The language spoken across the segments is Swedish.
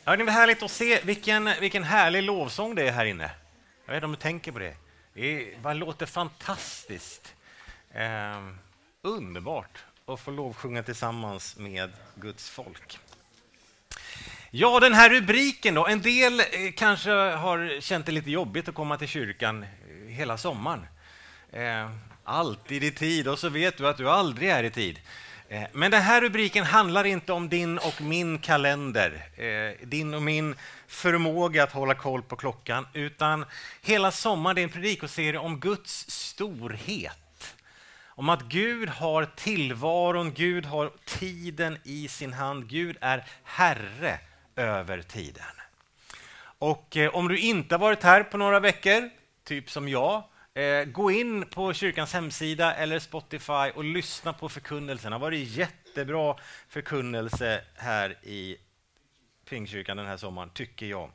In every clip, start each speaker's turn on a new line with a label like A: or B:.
A: Ja, det är härligt att se vilken härlig lovsång det är här inne. Jag vet inte om du tänker på det. Det låter fantastiskt. Underbart att få lovsjunga tillsammans med Guds folk. Ja, den här rubriken då. En del kanske har känt det lite jobbigt att komma till kyrkan hela sommaren. Alltid i tid, och så vet du att du aldrig är i tid. Men den här rubriken handlar inte om din och min kalender, din och min förmåga att hålla koll på klockan, utan hela sommaren är en predikoserie om Guds storhet. Om att Gud har tillvaron, Gud har tiden i sin hand, Gud är herre över tiden. Och om du inte har varit här på några veckor, typ som jag, gå in på kyrkans hemsida eller Spotify och lyssna på förkunnelsen. Det har varit jättebra förkunnelse här i Pingstkyrkan den här sommaren, tycker jag.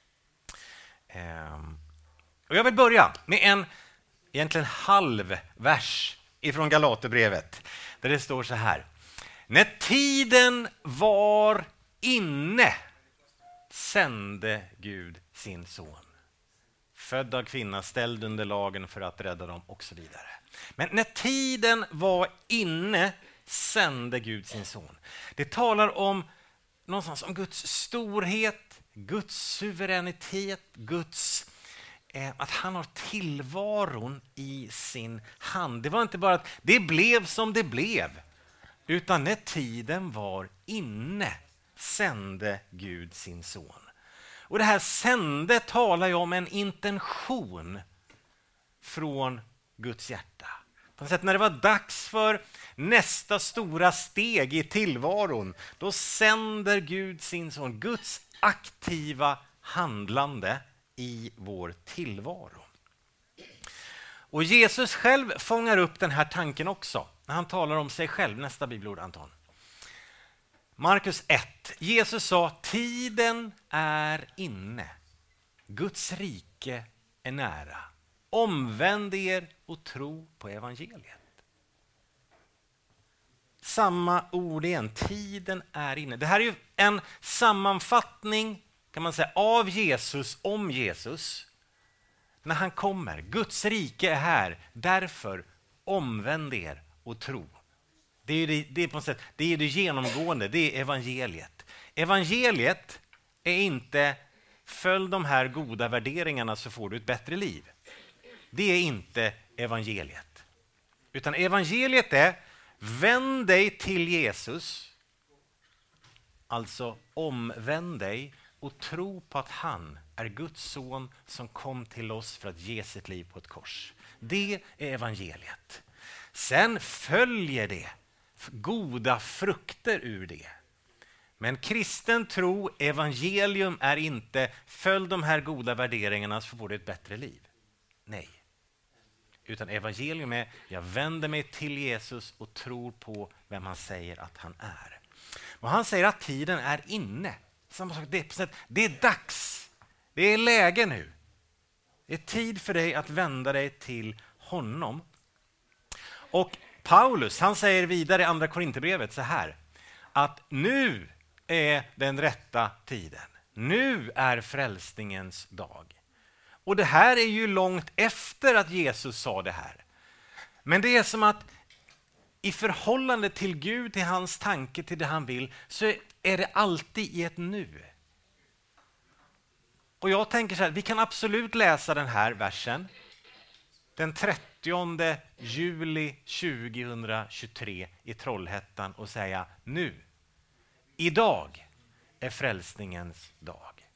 A: Och jag vill börja med en egentligen halv vers ifrån Galaterbrevet, där det står så här: när tiden var inne sände Gud sin son, född av kvinna, ställd under lagen för att rädda dem och så vidare. Men när tiden var inne sände Gud sin son. Det talar om någonstans om Guds storhet, Guds suveränitet, Guds att han har tillvaron i sin hand. Det var inte bara att det blev som det blev, utan när tiden var inne sände Gud sin son. Och det här sände talar ju om en intention från Guds hjärta. På något sätt när det var dags för nästa stora steg i tillvaron, då sänder Gud sin son. Guds aktiva handlande i vår tillvaro. Och Jesus själv fångar upp den här tanken också när han talar om sig själv. Nästa bibelord, Anton. Markus 1. Jesus sa: tiden är inne. Guds rike är nära. Omvänd er och tro på evangeliet. Samma ord igen. Tiden är inne. Det här är ju en sammanfattning, kan man säga, av Jesus om Jesus. När han kommer. Guds rike är här. Därför omvänd er och tro. Det är på något sätt, det är det genomgående, det är evangeliet. Evangeliet är inte följ de här goda värderingarna så får du ett bättre liv. Det är inte evangeliet. Utan evangeliet är vänd dig till Jesus. Alltså omvänd dig och tro på att han är Guds son som kom till oss för att ge sitt liv på ett kors. Det är evangeliet. Sen följer det goda frukter ur det. Men kristen tro, evangelium är inte följ de här goda värderingarna så får du ett bättre liv. Nej. Utan evangelium är jag vänder mig till Jesus och tror på vem han säger att han är. Och han säger att tiden är inne. Samma sak, det är dags. Det är läge nu. Det är tid för dig att vända dig till honom. Och Paulus, han säger vidare i andra Korinthierbrevet så här, att nu är den rätta tiden. Nu är frälsningens dag. Och det här är ju långt efter att Jesus sa det här. Men det är som att i förhållande till Gud, till hans tanke, till det han vill, så är det alltid i ett nu. Och jag tänker så här, vi kan absolut läsa den här versen den 30 juli 2023 i Trollhättan och säga nu, idag är frälsningens dag.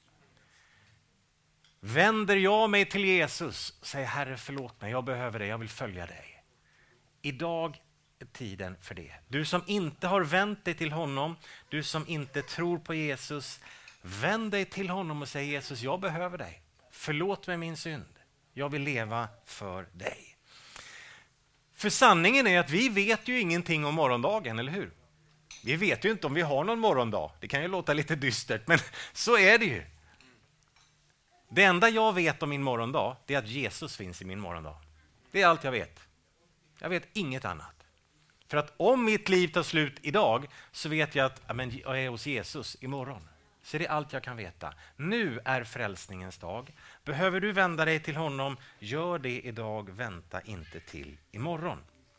A: Vänder jag mig till Jesus och säger Herre förlåt mig, jag behöver dig, jag vill följa dig. Idag är tiden för det. Du som inte har vänt dig till honom, du som inte tror på Jesus, vänd dig till honom och säg Jesus, jag behöver dig. Förlåt mig min synd. Jag vill leva för dig. För sanningen är att vi vet ju ingenting om morgondagen, eller hur? Vi vet ju inte om vi har någon morgondag. Det kan ju låta lite dystert, men så är det ju. Det enda jag vet om min morgondag, det är att Jesus finns i min morgondag. Det är allt jag vet. Jag vet inget annat. För att om mitt liv tar slut idag så vet jag att jag är hos Jesus imorgon. så är det allt jag kan veta. Nu är frälsningens dag. Behöver du vända dig till honom, gör det idag, vänta inte till imorgon.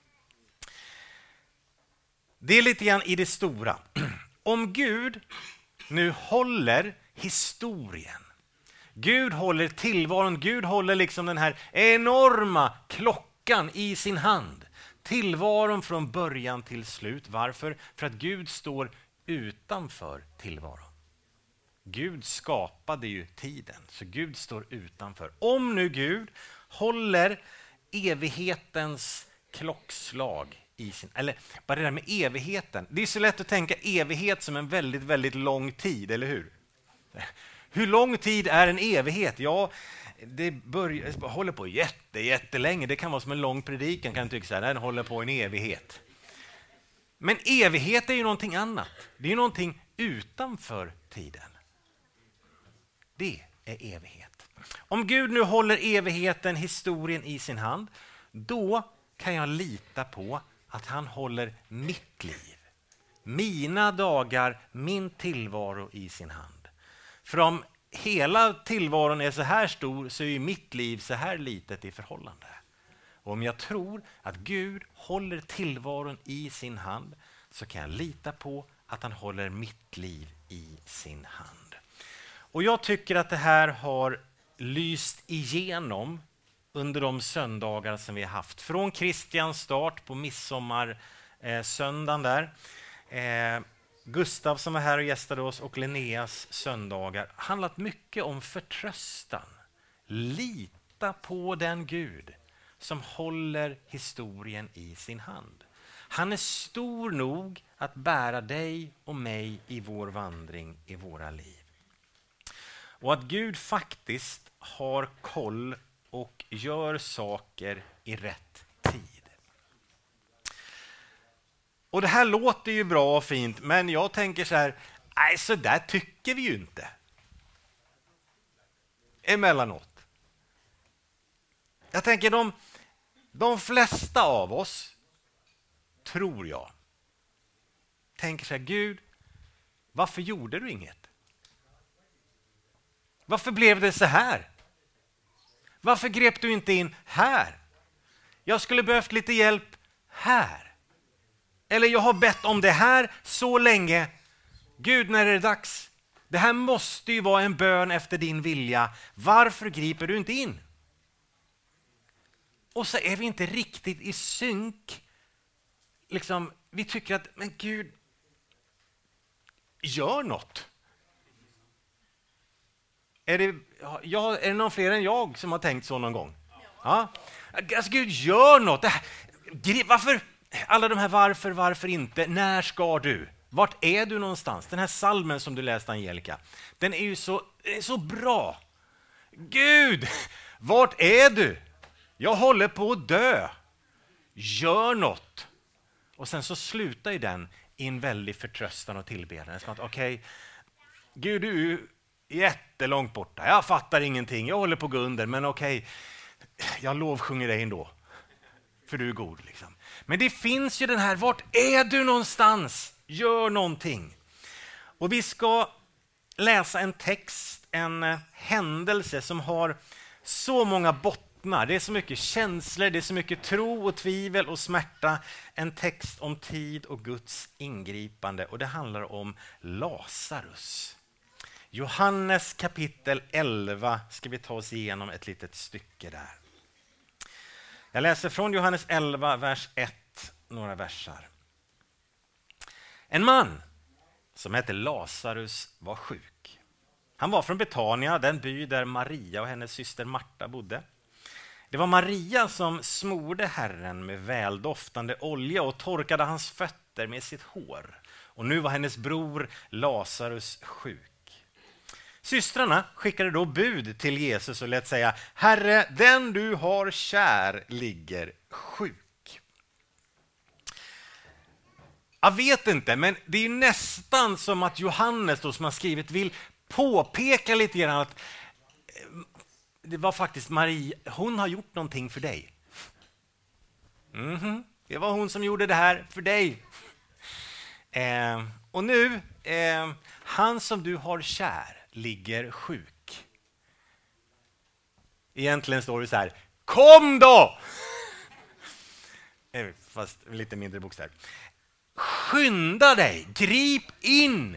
A: Det är lite grann i det stora. Om Gud nu håller historien, Gud håller tillvaron, Gud håller liksom den här enorma klockan i sin hand. Tillvaron från början till slut. Varför? För att Gud står utanför tillvaron. Gud skapade ju tiden, så Gud står utanför. Om nu Gud håller evighetens klockslag i sin... Eller bara det där med evigheten. Det är så lätt att tänka evighet som en väldigt, väldigt lång tid, eller hur? Hur lång tid är en evighet? Ja, det håller på jättelänge. Det kan vara som en lång predikan, kan tycka så här. Den håller på en evighet. Men evighet är ju någonting annat. Det är ju någonting utanför tiden. Det är evighet. Om Gud nu håller evigheten, historien i sin hand, då kan jag lita på att han håller mitt liv, mina dagar, min tillvaro i sin hand. För om hela tillvaron är så här stor, så är ju mitt liv så här litet i förhållande. Och om jag tror att Gud håller tillvaron i sin hand, så kan jag lita på att han håller mitt liv i sin hand. Och jag tycker att det här har lyst igenom under de söndagar som vi har haft. Från Kristians start på midsommarsöndagen där. Gustav som var här och gästade oss och Linneas söndagar handlat mycket om förtröstan. Lita på den Gud som håller historien i sin hand. Han är stor nog att bära dig och mig i vår vandring i våra liv. Och att Gud faktiskt har koll och gör saker i rätt tid. Och det här låter ju bra och fint, men jag tänker så här, nej, så där tycker vi ju inte. Emellanåt. Jag tänker de flesta av oss, tror jag, tänker så här, Gud, varför gjorde du inget? Varför blev det så här? Varför grep du inte in här? Jag skulle behövt lite hjälp här. Eller jag har bett om det här så länge. Gud, när är det dags? Det här måste ju vara en bön efter din vilja. Varför griper du inte in? Och så är vi inte riktigt i synk. Liksom, vi tycker att, men Gud, gör något. Är det någon fler än jag som har tänkt så någon gång? Ja. Alltså, Gud, gör något. Varför? Alla de här varför inte? När ska du? Vart är du någonstans? Den här salmen som du läste, Angelica, den är ju så bra. Gud, vart är du? Jag håller på att dö. Gör något. Och sen så slutar ju den i en väldig förtröstan och tillbedjan. Okej, Gud, du är jättelångt borta. Jag fattar ingenting. Jag håller på att gå under, men okej, jag lovsjunger dig ändå. För du är god liksom. Men det finns ju den här, vart är du någonstans? Gör någonting. Och vi ska läsa en text, en händelse som har så många bottnar. Det är så mycket känslor, det är så mycket tro och tvivel och smärta. En text om tid och Guds ingripande. Och det handlar om Lazarus. Johannes kapitel 11 ska vi ta oss igenom ett litet stycke där. Jag läser från Johannes 11, vers 1, några versar. En man som hette Lazarus var sjuk. Han var från Betania, den by där Maria och hennes syster Marta bodde. Det var Maria som smorde Herren med väldoftande olja och torkade hans fötter med sitt hår. Och nu var hennes bror Lazarus sjuk. Systrarna skickade då bud till Jesus och lät säga: Herre, den du har kär ligger sjuk. Jag vet inte, men det är nästan som att Johannes då, som har skrivit, vill påpeka lite grann att det var faktiskt Maria, hon har gjort någonting för dig. Det var hon som gjorde det här för dig. Och nu, han som du har kär ligger sjuk. Egentligen står det så här: kom då! Fast lite mindre bokstäver. Skynda dig, grip in!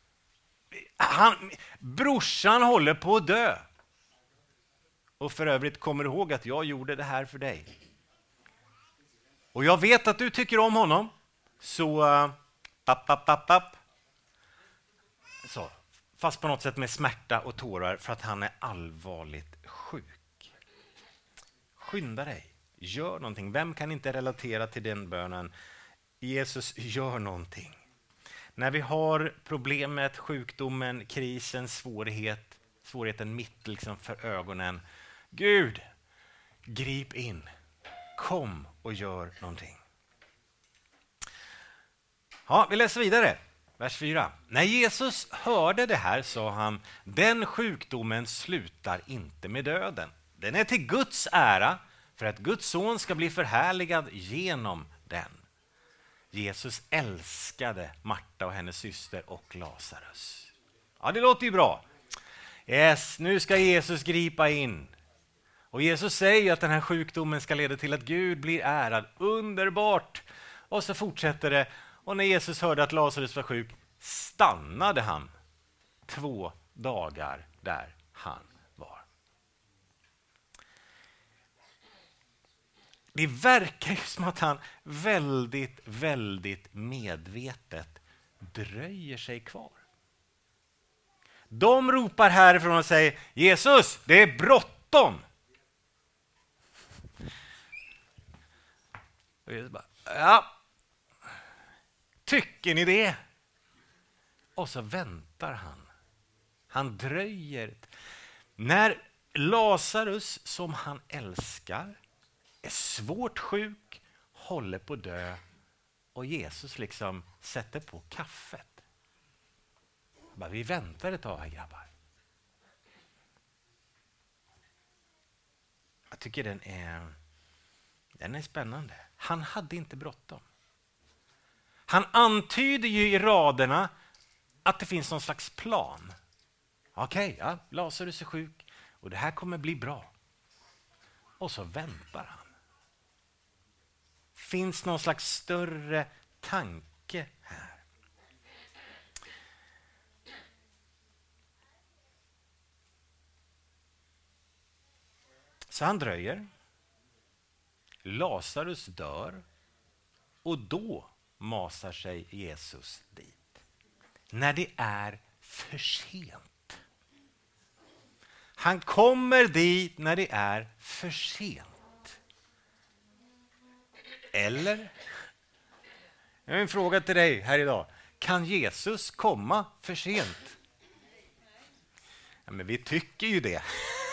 A: Brorsan håller på att dö. Och för övrigt, kommer du ihåg att jag gjorde det här för dig? Och jag vet att du tycker om honom. Så, så, fast på något sätt med smärta och tårar för att han är allvarligt sjuk. Skynda dig, gör någonting. Vem kan inte relatera till den bönen? Jesus, gör någonting. När vi har problemet, sjukdomen, krisen, svårigheten mitt liksom för ögonen. Gud, grip in. Kom och gör någonting. Ja, vi läser vidare. Vers 4. När Jesus hörde det här sa han: den sjukdomen slutar inte med döden. Den är till Guds ära för att Guds son ska bli förhärligad genom den. Jesus älskade Marta och hennes syster och Lazarus. Ja, det låter ju bra. Yes, nu ska Jesus gripa in. Och Jesus säger att den här sjukdomen ska leda till att Gud blir ärad. Underbart! Och så fortsätter det. Och när Jesus hörde att Lazarus var sjuk stannade han 2 dagar där han var. Det verkar ju som att han väldigt medvetet dröjer sig kvar. De ropar härifrån och säger: Jesus, det är bråttom! Och Jesus bara: ja, tycker ni det? Och så väntar han. Han dröjer. När Lazarus, som han älskar, är svårt sjuk, håller på att dö, och Jesus liksom sätter på kaffet. Bara, vi väntar ett tag här, grabbar. Jag tycker den är spännande. Han hade inte bråttom. Han antyder ju i raderna att det finns någon slags plan. Okej, ja, Lazarus är sjuk och det här kommer bli bra. Och så väntar han. Finns någon slags större tanke här? Så han dröjer. Lazarus dör. Och då masar sig Jesus dit. När det är för sent. Han kommer dit när det är för sent. Eller? Jag har en fråga till dig här idag. Kan Jesus komma för sent? Ja, men vi tycker ju det.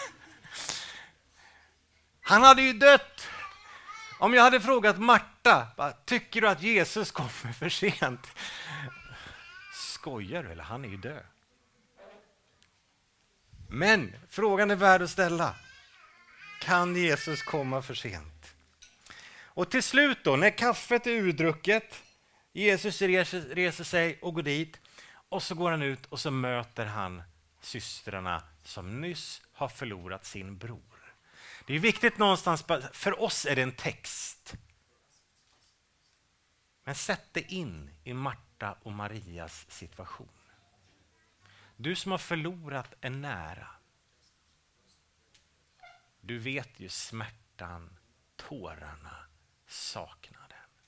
A: Han hade ju dött. Om jag hade frågat Marta, tycker du att Jesus kommer för sent? Skojar du, eller? Han är ju död. Men frågan är värd att ställa. Kan Jesus komma för sent? Och till slut då, när kaffet är urdrucket, Jesus reser sig och går dit, och så går han ut och så möter han systrarna som nyss har förlorat sin bror. Det är viktigt någonstans, för oss är det en text. Men sätt dig in i Marta och Marias situation. Du som har förlorat en nära. Du vet ju smärtan, tårarna, saknaden.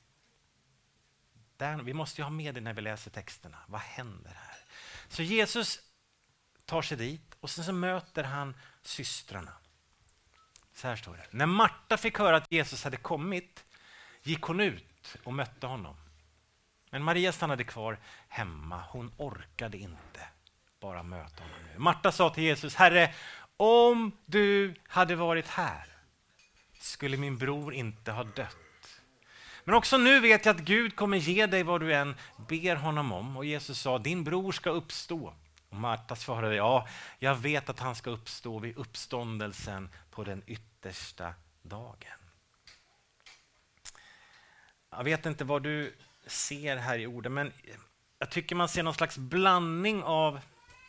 A: Vi måste ju ha med det när vi läser texterna. Vad händer här? Så Jesus tar sig dit och sen så möter han systrarna. Så här står det. När Marta fick höra att Jesus hade kommit gick hon ut och mötte honom. Men Maria stannade kvar hemma. Hon orkade inte bara möta honom nu. Marta sa till Jesus: Herre, om du hade varit här skulle min bror inte ha dött. Men också nu vet jag att Gud kommer ge dig vad du än ber honom om. Och Jesus sa: din bror ska uppstå. Och Marta svarade: ja, jag vet att han ska uppstå vid uppståndelsen på den yttersta dagen. Jag vet inte vad du ser här i orden, men jag tycker man ser någon slags blandning av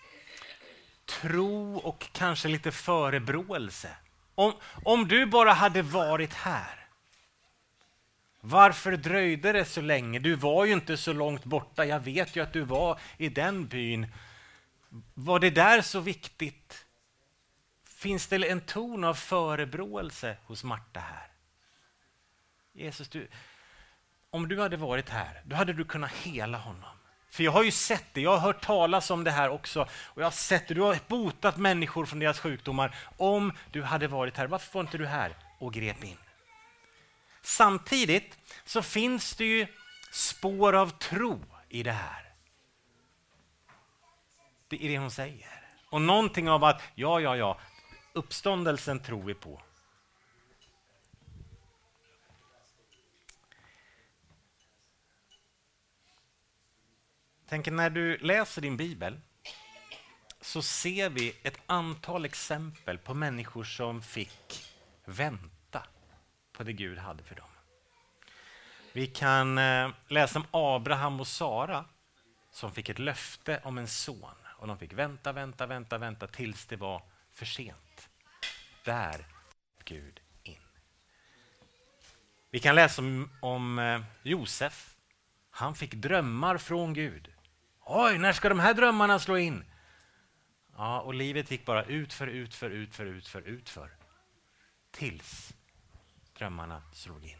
A: tro och kanske lite förebråelse. Om du bara hade varit här, varför dröjde det så länge? Du var ju inte så långt borta. Jag vet ju att du var i den byn. Var det där så viktigt? Finns det en ton av förebråelse hos Marta här? Jesus, om du hade varit här, då hade du kunnat hela honom. För jag har ju sett det, jag har hört talas om det här också. Och jag har sett det, du har botat människor från deras sjukdomar. Om du hade varit här, varför var inte du här och grep in? Samtidigt så finns det ju spår av tro i det här. Det är det hon säger. Och någonting av att, ja, uppståndelsen tror vi på. Tänk, när du läser din bibel så ser vi ett antal exempel på människor som fick vänta på det Gud hade för dem. Vi kan läsa om Abraham och Sara som fick ett löfte om en son. Och de fick vänta tills det var för sent. Där Gud in. Vi kan läsa om Josef. Han fick drömmar från Gud. Oj, när ska de här drömmarna slå in? Ja, och livet gick bara utför. Tills drömmarna slog in.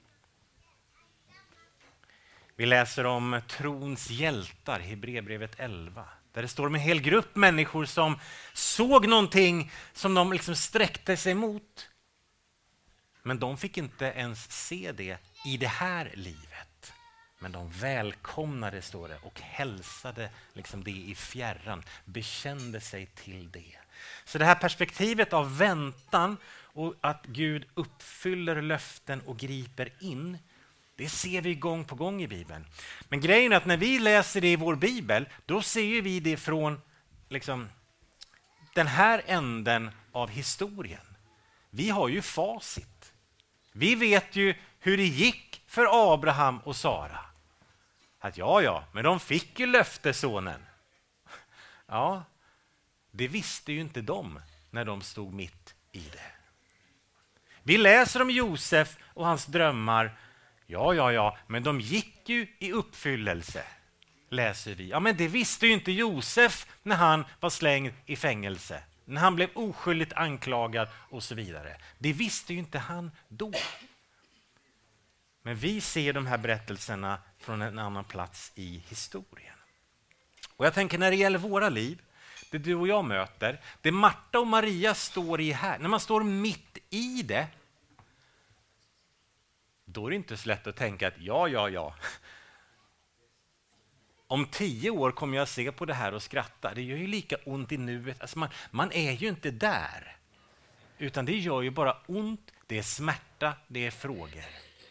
A: Vi läser om trons hjältar, Hebreerbrevet 11. Där det står om en hel grupp människor som såg någonting som de liksom sträckte sig mot. Men de fick inte ens se det i det här livet. Men de välkomnade, står det, och hälsade liksom det i fjärran. Bekände sig till det. Så det här perspektivet av väntan och att Gud uppfyller löften och griper in, det ser vi gång på gång i Bibeln. Men grejen är att när vi läser det i vår Bibel, då ser vi det från liksom, den här änden av historien. Vi har ju facit. Vi vet ju hur det gick för Abraham och Sara. Att men de fick ju löftesonen. Ja, det visste ju inte de när de stod mitt i det. Vi läser om Josef och hans drömmar. Ja, men de gick ju i uppfyllelse, läser vi. Ja, men det visste ju inte Josef när han var slängd i fängelse. När han blev oskyldigt anklagad och så vidare. Det visste ju inte han då. Men vi ser de här berättelserna från en annan plats i historien. Och jag tänker när det gäller våra liv, det du och jag möter, det Marta och Maria står i här, när man står mitt i det, då är det inte så lätt att tänka att ja. Om 10 år kommer jag se på det här och skratta. Det gör ju lika ont i nuet. Alltså man är ju inte där. Utan det gör ju bara ont, det är smärta, det är frågor.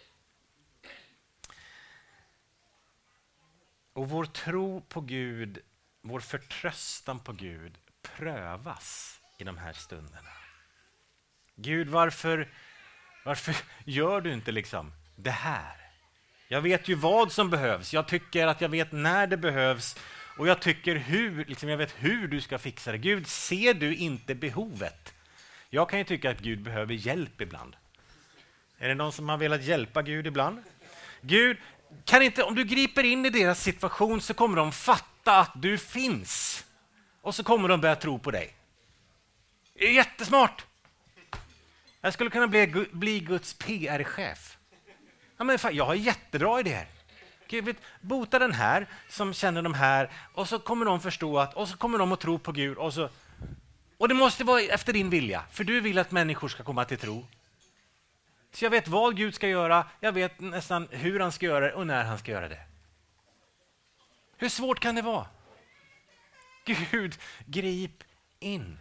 A: Och vår tro på Gud, vår förtröstan på Gud prövas i de här stunderna. Gud, varför gör du inte liksom det här? Jag vet ju vad som behövs. Jag tycker att jag vet när det behövs. Och jag tycker jag vet hur du ska fixa det. Gud, ser du inte behovet? Jag kan ju tycka att Gud behöver hjälp ibland. Är det någon som har velat hjälpa Gud ibland? Gud, kan inte, om du griper in i deras situation så kommer de fatta att du finns. Och så kommer de börja tro på dig. Det är jättesmart. Jag skulle kunna bli Guds PR-chef. Ja, men fan, jag har jättebra idéer. Gud, bota den här som känner de här och så kommer de förstå att, och så kommer de att tro på Gud och det måste vara efter din vilja, för du vill att människor ska komma till tro. Så jag vet vad Gud ska göra, jag vet nästan hur han ska göra det och när han ska göra det. Hur svårt kan det vara? Gud, grip in.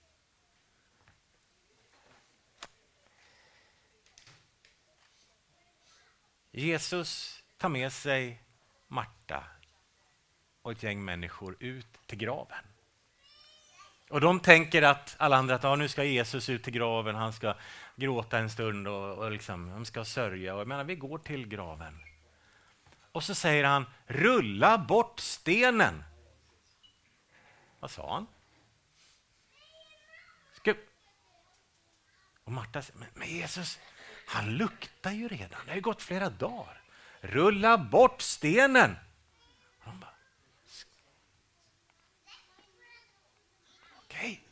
A: Jesus tar med sig Marta och ett gäng människor ut till graven. Och de tänker att alla andra att nu ska Jesus ut till graven, han ska gråta en stund och liksom, de ska sörja. Och jag menar, vi går till graven. och så säger han, rulla bort stenen. Vad sa han? Och Marta säger, men Jesus, han luktar ju redan. Det har ju gått flera dagar. Rulla bort stenen. Och de bara, okej.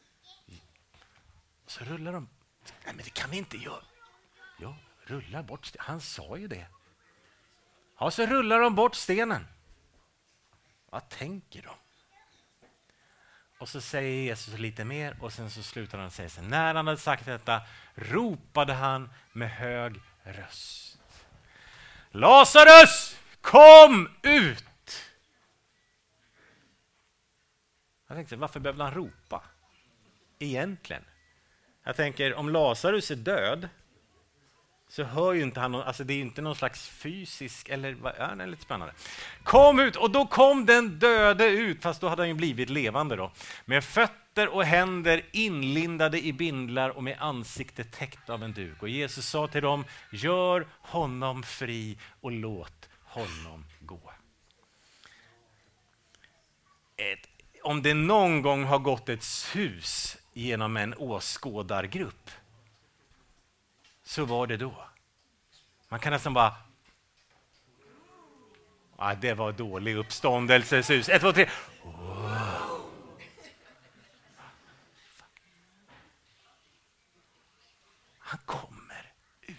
A: Så rullar de. Nej, men det kan vi inte göra. Ja, rulla bort stenen. Han sa ju det. Ja, så rullar de bort stenen. Vad tänker de? Och så säger Jesus lite mer och sen så slutar han säga så. När han hade sagt detta ropade han med hög röst. Lazarus, kom ut! Jag tänkte, varför behövde han ropa? Egentligen. Jag tänker, om Lazarus är död så hör ju inte han, alltså det är ju inte någon slags fysisk, eller ja, det är lite spännande. Kom ut, och då kom den döde ut, fast då hade han ju blivit levande då. Med fötter och händer inlindade i bindlar och med ansiktet täckt av en duk. Och Jesus sa till dem, gör honom fri och låt honom gå. Om det någon gång har gått ett sus genom en åskådargrupp, så var det då. Man kan nästan bara... det var dålig uppståndelsesus. 1, 2, 3. Han kommer ut.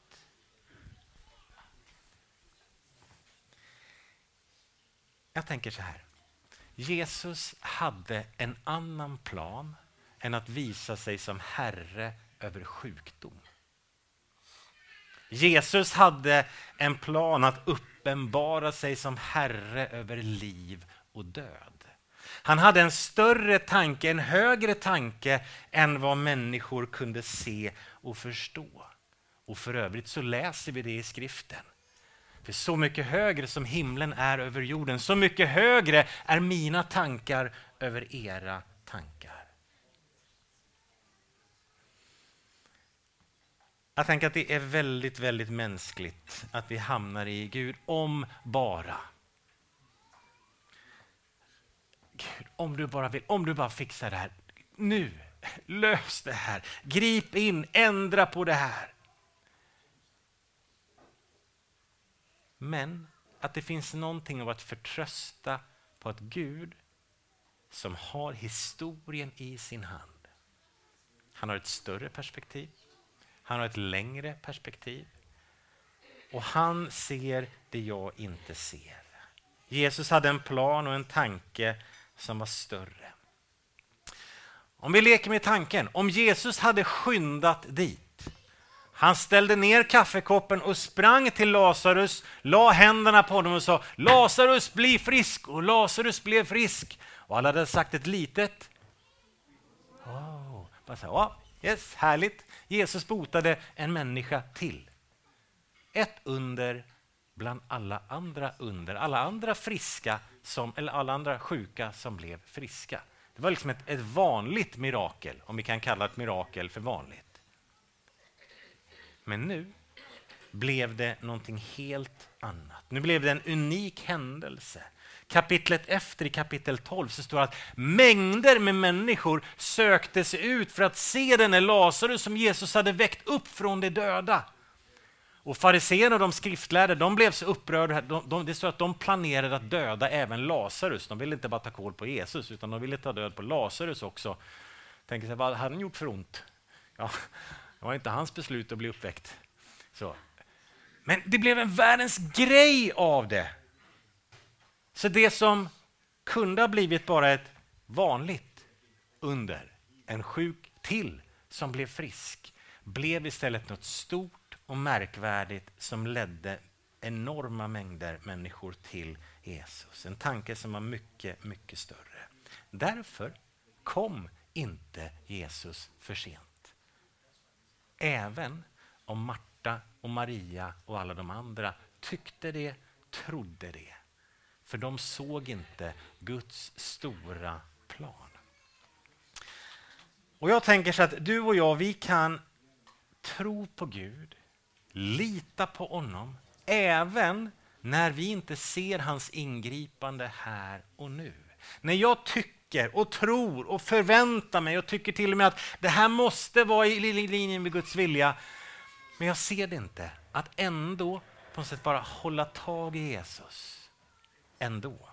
A: Jag tänker så här. Jesus hade en annan plan än att visa sig som herre över sjukdom. Jesus hade en plan att uppenbara sig som herre över liv och död. Han hade en större tanke, en högre tanke än vad människor kunde se och förstå. Och för övrigt så läser vi det i skriften. För så mycket högre som himlen är över jorden, så mycket högre är mina tankar över era tankar. Jag tänker att det är väldigt, väldigt mänskligt att vi hamnar i Gud om bara. Gud, om du bara vill, om du bara fixar det här. Nu, lös det här. Grip in, ändra på det här. Men att det finns någonting av att förtrösta på att Gud som har historien i sin hand. Han har ett större perspektiv. Han har ett längre perspektiv. Och han ser det jag inte ser. Jesus hade en plan och en tanke som var större. Om vi leker med tanken. Om Jesus hade skyndat dit. Han ställde ner kaffekoppen och sprang till Lazarus. La händerna på honom och sa, Lazarus bli frisk. Och Lazarus blev frisk. Och alla hade sagt ett litet. Bara så här, yes, härligt. Jesus botade en människa till. Ett under bland alla andra under. Alla andra friska eller alla andra sjuka som blev friska. Det var liksom ett vanligt mirakel, om vi kan kalla ett mirakel för vanligt. Men nu blev det någonting helt annat. Nu blev det en unik händelse. Kapitlet efter, i kapitel 12, så står det att mängder med människor sökte sig ut för att se denne Lazarus som Jesus hade väckt upp från de döda. Och fariséerna och de skriftlärde, de blev så upprörda. Det står att de planerade att döda även Lazarus. De ville inte bara ta koll på Jesus, utan de ville ta död på Lazarus också. Tänker sig, vad hade han gjort för ont? Ja, det var inte hans beslut att bli uppväckt. Så. Men det blev en världens grej av det. Så det som kunde ha blivit bara ett vanligt under, en sjuk till som blev frisk, blev istället något stort och märkvärdigt som ledde enorma mängder människor till Jesus. En tanke som var mycket, mycket större. Därför kom inte Jesus för sent. Även om Marta och Maria och alla de andra tyckte det, trodde det. För de såg inte Guds stora plan. Och jag tänker så att du och jag, vi kan tro på Gud, lita på honom, även när vi inte ser hans ingripande här och nu. När jag tycker och tror och förväntar mig och tycker till och med att det här måste vara i linje med Guds vilja. Men jag ser det inte. Att ändå på något sätt bara hålla tag i Jesus. Ändå.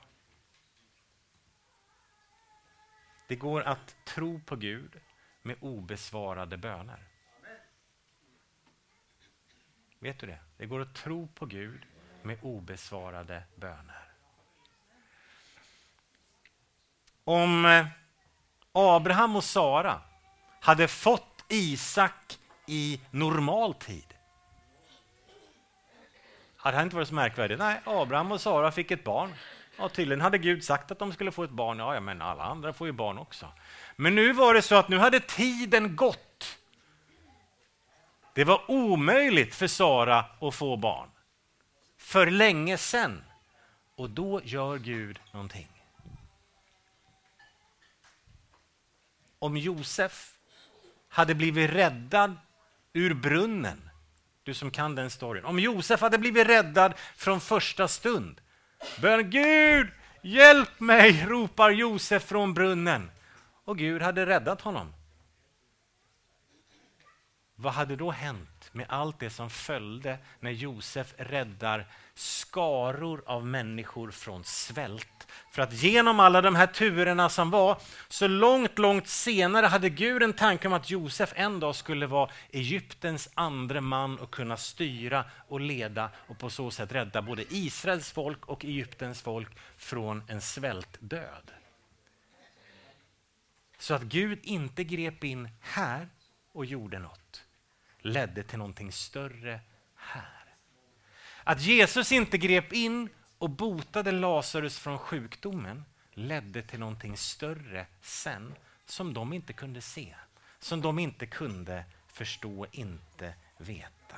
A: Det går att tro på Gud med obesvarade böner. Vet du det? Det går att tro på Gud med obesvarade böner. Om Abraham och Sara hade fått Isak i normal tid, hade det inte varit så märkvärdigt. Nej, Abraham och Sara fick ett barn. Ja, tydligen hade Gud sagt att de skulle få ett barn. Ja, men alla andra får ju barn också. Men nu var det så att nu hade tiden gått. Det var omöjligt för Sara att få barn. För länge sedan. Och då gör Gud någonting. Om Josef hade blivit räddad ur brunnen, du som kan den storyn. Om Josef hade blivit räddad från första stund. Bön Gud, hjälp mig, ropar Josef från brunnen. Och Gud hade räddat honom. Vad hade då hänt med allt det som följde när Josef räddar skaror av människor från svält? För att genom alla de här turerna som var, så långt senare hade Gud en tanke om att Josef en dag skulle vara Egyptens andra man och kunna styra och leda och på så sätt rädda både Israels folk och Egyptens folk från en svältdöd. Så att Gud inte grep in här och gjorde något ledde till någonting större här. Att Jesus inte grep in och botade Lazarus från sjukdomen ledde till någonting större sen som de inte kunde se, som de inte kunde förstå, inte veta.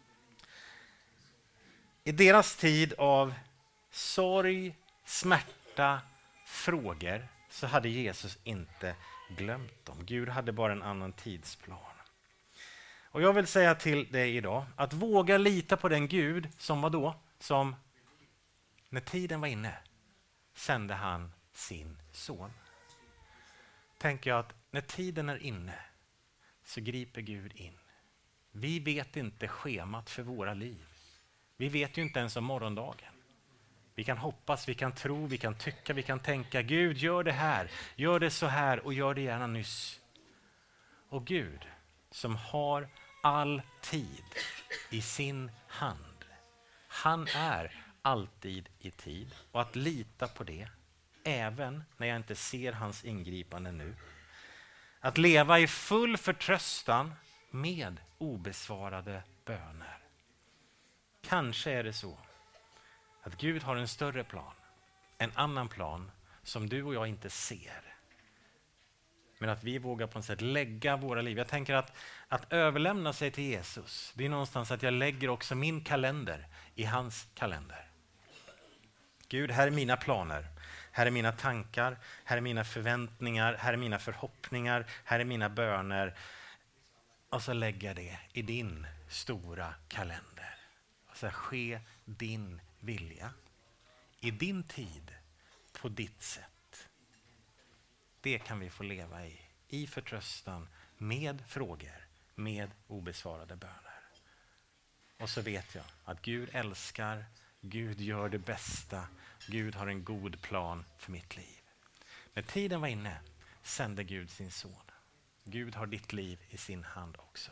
A: I deras tid av sorg, smärta, frågor så hade Jesus inte glömt dem. Gud hade bara en annan tidsplan. Och jag vill säga till dig idag att våga lita på den Gud som var då, som när tiden var inne sände han sin son. Tänker jag att när tiden är inne så griper Gud in. Vi vet inte schemat för våra liv. Vi vet ju inte ens om morgondagen. Vi kan hoppas, vi kan tro, vi kan tycka, vi kan tänka Gud gör det här, gör det så här och gör det gärna nyss. Och Gud som har all tid i sin hand. Han är alltid i tid och att lita på det även när jag inte ser hans ingripande nu. Att leva i full förtröstan med obesvarade böner. Kanske är det så att Gud har en större plan, en annan plan som du och jag inte ser. Men att vi vågar på något sätt lägga våra liv. Jag tänker att överlämna sig till Jesus, det är någonstans att jag lägger också min kalender i hans kalender. Gud, här är mina planer, här är mina tankar, här är mina förväntningar, här är mina förhoppningar, här är mina böner. Och så lägger jag det i din stora kalender. Och så ske din vilja i din tid på ditt sätt. Det kan vi få leva i förtröstan med frågor, med obesvarade böner. Och så vet jag att Gud älskar, Gud gör det bästa, Gud har en god plan för mitt liv. När tiden var inne sände Gud sin son. Gud har ditt liv i sin hand också.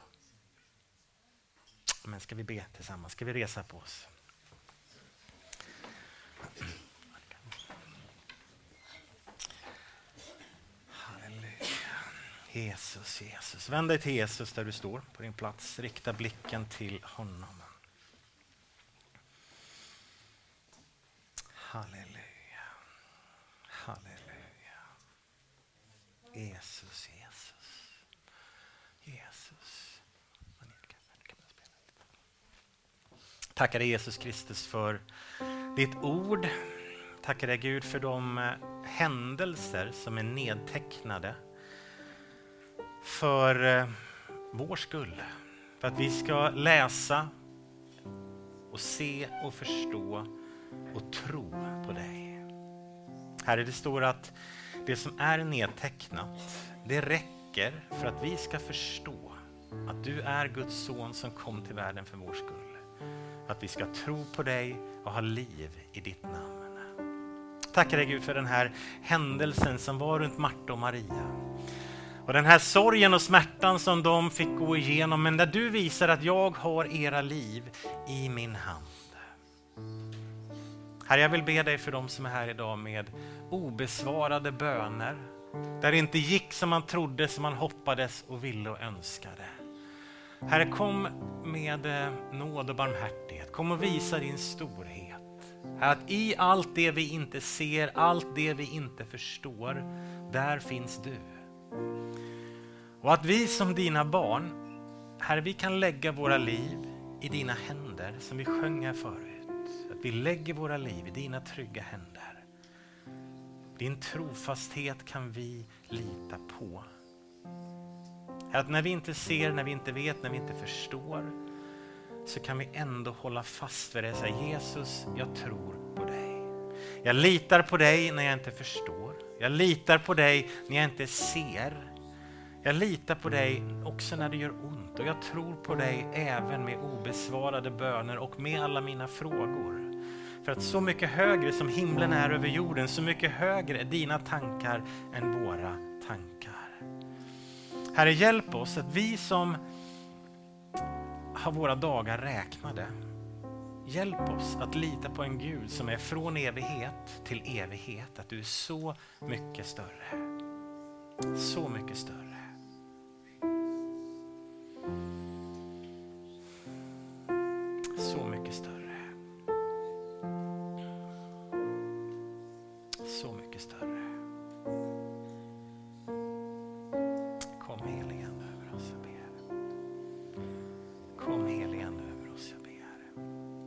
A: Men ska vi be tillsammans? Ska vi resa på oss? Halleluja. Jesus, Jesus. Vänd dig till Jesus där du står på din plats. Rikta blicken till honom. Halleluja. Halleluja. Jesus, Jesus. Jesus. Tackar dig Jesus Kristus för ditt ord. Tackar dig Gud för de händelser som är nedtecknade för vår skull. För att vi ska läsa och se och förstå och tro på dig. Herre, det står att det som är nedtecknat, det räcker för att vi ska förstå att du är Guds son som kom till världen för vår skull. Att vi ska tro på dig och ha liv i ditt namn. Tackar dig Gud för den här händelsen som var runt Marta och Maria. Och den här sorgen och smärtan som de fick gå igenom, men där du visar att jag har era liv i min hand. Herre, jag vill be dig för de som är här idag med obesvarade böner. Där det inte gick som man trodde, som man hoppades och ville och önskade. Herre, kom med nåd och barmhärtighet. Kom och visa din storhet. Herre, att i allt det vi inte ser, allt det vi inte förstår, där finns du. Och att vi som dina barn, Herre, vi kan lägga våra liv i dina händer, som vi sjöng här förut. Att vi lägger våra liv i dina trygga händer. Din trofasthet kan vi lita på. Att när vi inte ser, när vi inte vet, när vi inte förstår, så kan vi ändå hålla fast vid det och säga: Jesus, jag tror på dig. Jag litar på dig när jag inte förstår. Jag litar på dig när jag inte ser. Jag litar på dig också när det gör ont. Och jag tror på dig även med obesvarade böner och med alla mina frågor. För att så mycket högre som himlen är över jorden, så mycket högre är dina tankar än våra tankar. Herre, hjälp oss att vi som har våra dagar räknade, hjälp oss att lita på en Gud som är från evighet till evighet. Att du är så mycket större. Så mycket större. Så mycket större. Så mycket större. Kom helige Ande över oss, jag ber. Kom helige Ande över oss, jag ber.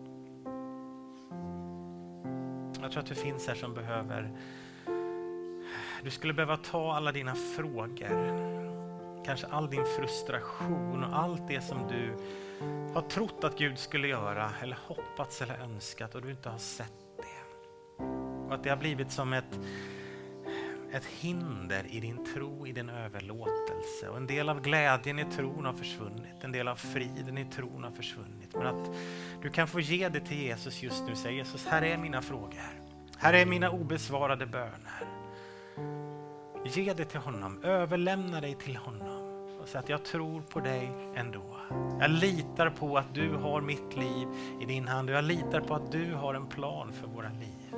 A: Jag tror att du finns här som behöver... Du skulle behöva ta alla dina frågor. Kanske all din frustration och allt det som du har trott att Gud skulle göra, eller hoppats eller önskat, och du inte har sett det. Och att det har blivit som ett hinder i din tro, i din överlåtelse. Och en del av glädjen i tron har försvunnit. En del av friden i tron har försvunnit. Men att du kan få ge det till Jesus just nu. Säg: Jesus, här är mina frågor. Här är mina obesvarade böner. Ge det till honom. Överlämna dig till honom. Och säg att jag tror på dig ändå. Jag litar på att du har mitt liv i din hand. Och jag litar på att du har en plan för våra liv.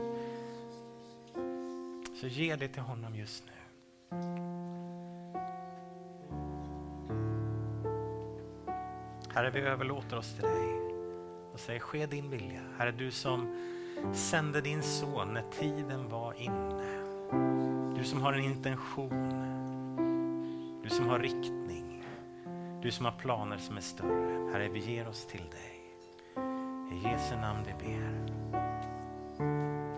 A: Så ge det till honom just nu. Herre, vi överlåter oss till dig. Och säger: ske din vilja. Herre, du som sände din son när tiden var inne. Du som har en intention. Du som har riktning. Du som har planer som är större. Herre, vi ger oss till dig. I Jesu namn vi ber.